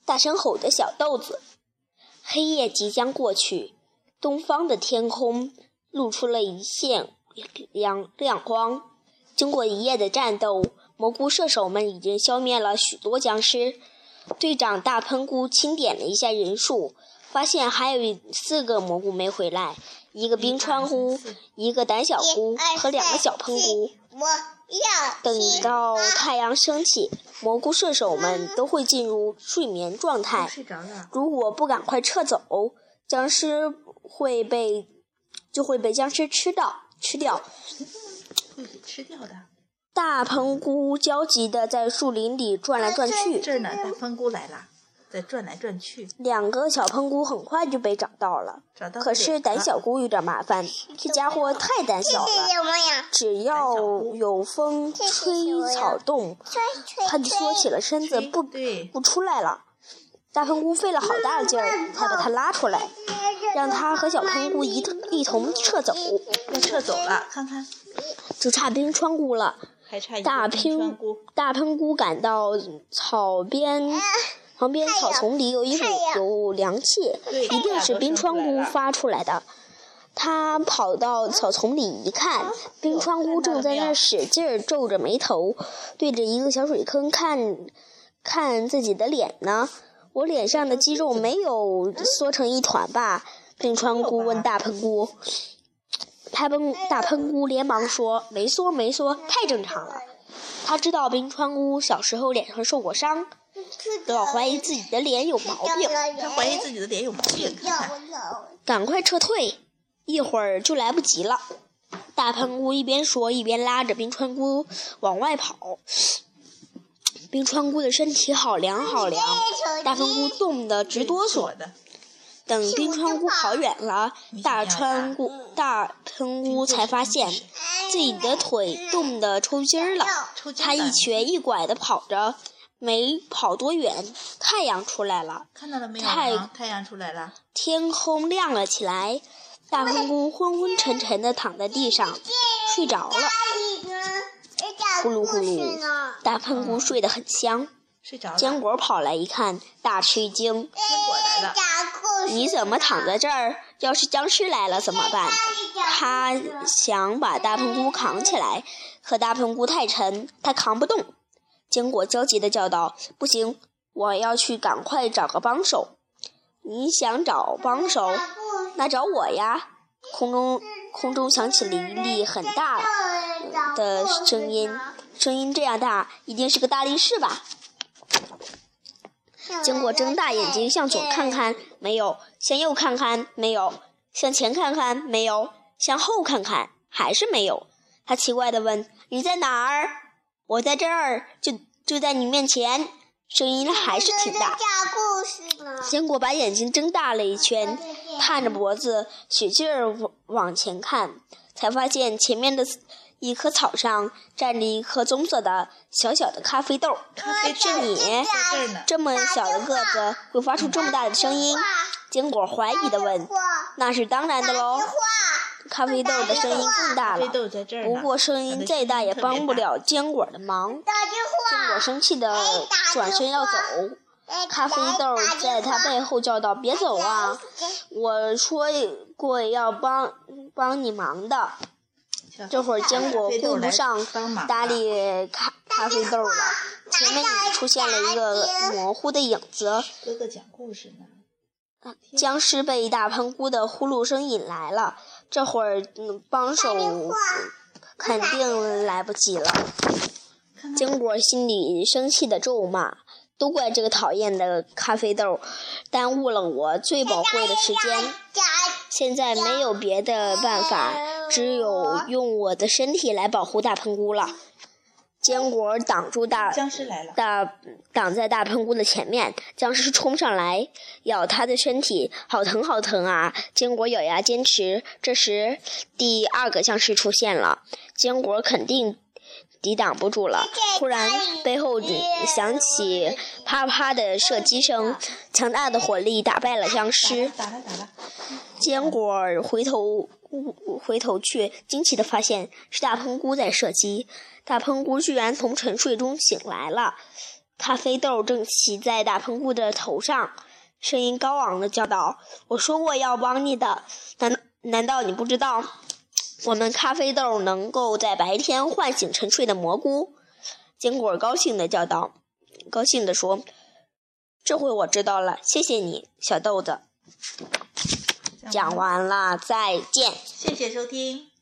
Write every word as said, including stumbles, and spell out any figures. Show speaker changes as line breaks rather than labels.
大声吼的小豆子。黑夜即将过去，东方的天空露出了一线亮亮光。经过一夜的战斗，蘑菇射手们已经消灭了许多僵尸。队长大喷菇清点了一下人数，发现还有四个蘑菇没回来，一个冰川菇，一个胆小菇和两个小喷菇。等到太阳升起，蘑菇射手们都会进入睡眠状态。如果不赶快撤走，僵尸会被就会被僵尸吃到吃掉。
会被吃掉的。
大喷菇焦急地在树林里转来转去。
这儿呢，大喷菇来了，在转来转去。
两个小喷菇很快就被找到了，
找到
可是胆小菇有点麻烦，这家伙太胆小了，只要有风吹草动，他就缩起了身子，不不出来了。大喷菇费了好大劲儿才把他拉出来，让他和小喷菇一一同撤走。
要撤走了，看看，
就差冰川菇了。
还差一个
大
喷菇。
大喷菇赶到草边，旁边草丛里有一股有凉气，一定是冰川菇发出来的。他跑到草丛里一看，冰川菇正在那使劲皱着眉头，对着一个小水坑看看自己的脸呢。我脸上的肌肉没有缩成一团吧？冰川菇问大喷菇。大喷大喷菇连忙说：“没缩没缩，太正常了。”他知道冰川菇小时候脸上受过伤，老怀疑自己的脸有毛病。
他怀疑自己的脸有毛病，看看，
赶快撤退，一会儿就来不及了。大喷菇一边说一边拉着冰川菇往外跑。冰川菇的身体好凉好凉，大喷菇冻得直哆嗦。等冰川菇跑远了，大川菇大喷菇才发现自己的腿冻得抽筋儿了。他一瘸一拐地跑着，没跑多远，太阳出来了。
看到了没有？
太
太阳出来了，
天空亮了起来。大喷菇昏昏沉沉地躺在地上，睡着了。呼噜呼噜，大喷菇睡得很香。
睡着了。
坚果跑来一看，大吃一惊。
坚果来了。
你怎么躺在这儿？要是僵尸来了怎么办？他想把大喷菇扛起来，可大喷菇太沉，他扛不动。坚果焦急地叫道：“不行，我要去赶快找个帮手。”你想找帮手？那找我呀！空中空中响起了一粒很大的声音，声音这样大，一定是个大力士吧？坚果睁大眼睛向左看看，没有；向右看看，没有；向前看看，没有；向后看看，还是没有。他奇怪地问：“你在哪儿？”“我在这儿，就就在你面前。”声音还是挺大。坚果把眼睛睁大了一圈，探着脖子，使劲儿往前看，才发现前面的一棵草上站着一颗棕色的小小的咖啡豆。是你这么小的个子会发出这么大的声音？坚果怀疑地问。那是当然的喽。咖啡豆的声音更大了，不过声音再大也帮不了坚果的忙。坚果生气地转身要走，咖啡豆在他背后叫道：“别走啊！我说过要帮帮你忙的。”这会儿坚果顾不上搭理咖咖啡豆了，前面已出现了一个模糊的影子。
哥哥讲故事呢。
僵尸被大喷菇的呼噜声引来了，这会儿、嗯、帮手肯定来不及了。坚果心里生气的咒骂：“都怪这个讨厌的咖啡豆，耽误了我最宝贵的时间。现在没有别的办法，只有用我的身体来保护大喷菇了。”坚果挡住大
僵尸来了，
大挡在大喷菇的前面，僵尸冲上来咬他的身体，好疼好疼啊！坚果咬牙坚持。这时第二个僵尸出现了，坚果肯定抵挡不住了。忽然背后响起啪啪的射击声，强大的火力打败了僵尸。
打了打了，
坚果回头回头去，惊奇地发现是大喷菇在射击。大喷菇居然从沉睡中醒来了， 咖啡豆正骑在大喷壶的头上，声音高昂地叫道：“我说过要帮你的，难难道你不知道？我们咖啡豆能够在白天唤醒沉睡的蘑菇。”坚果高兴地叫道：“高兴地说，这回我知道了，谢谢你，小豆子。”讲完了，再见。
谢谢收听。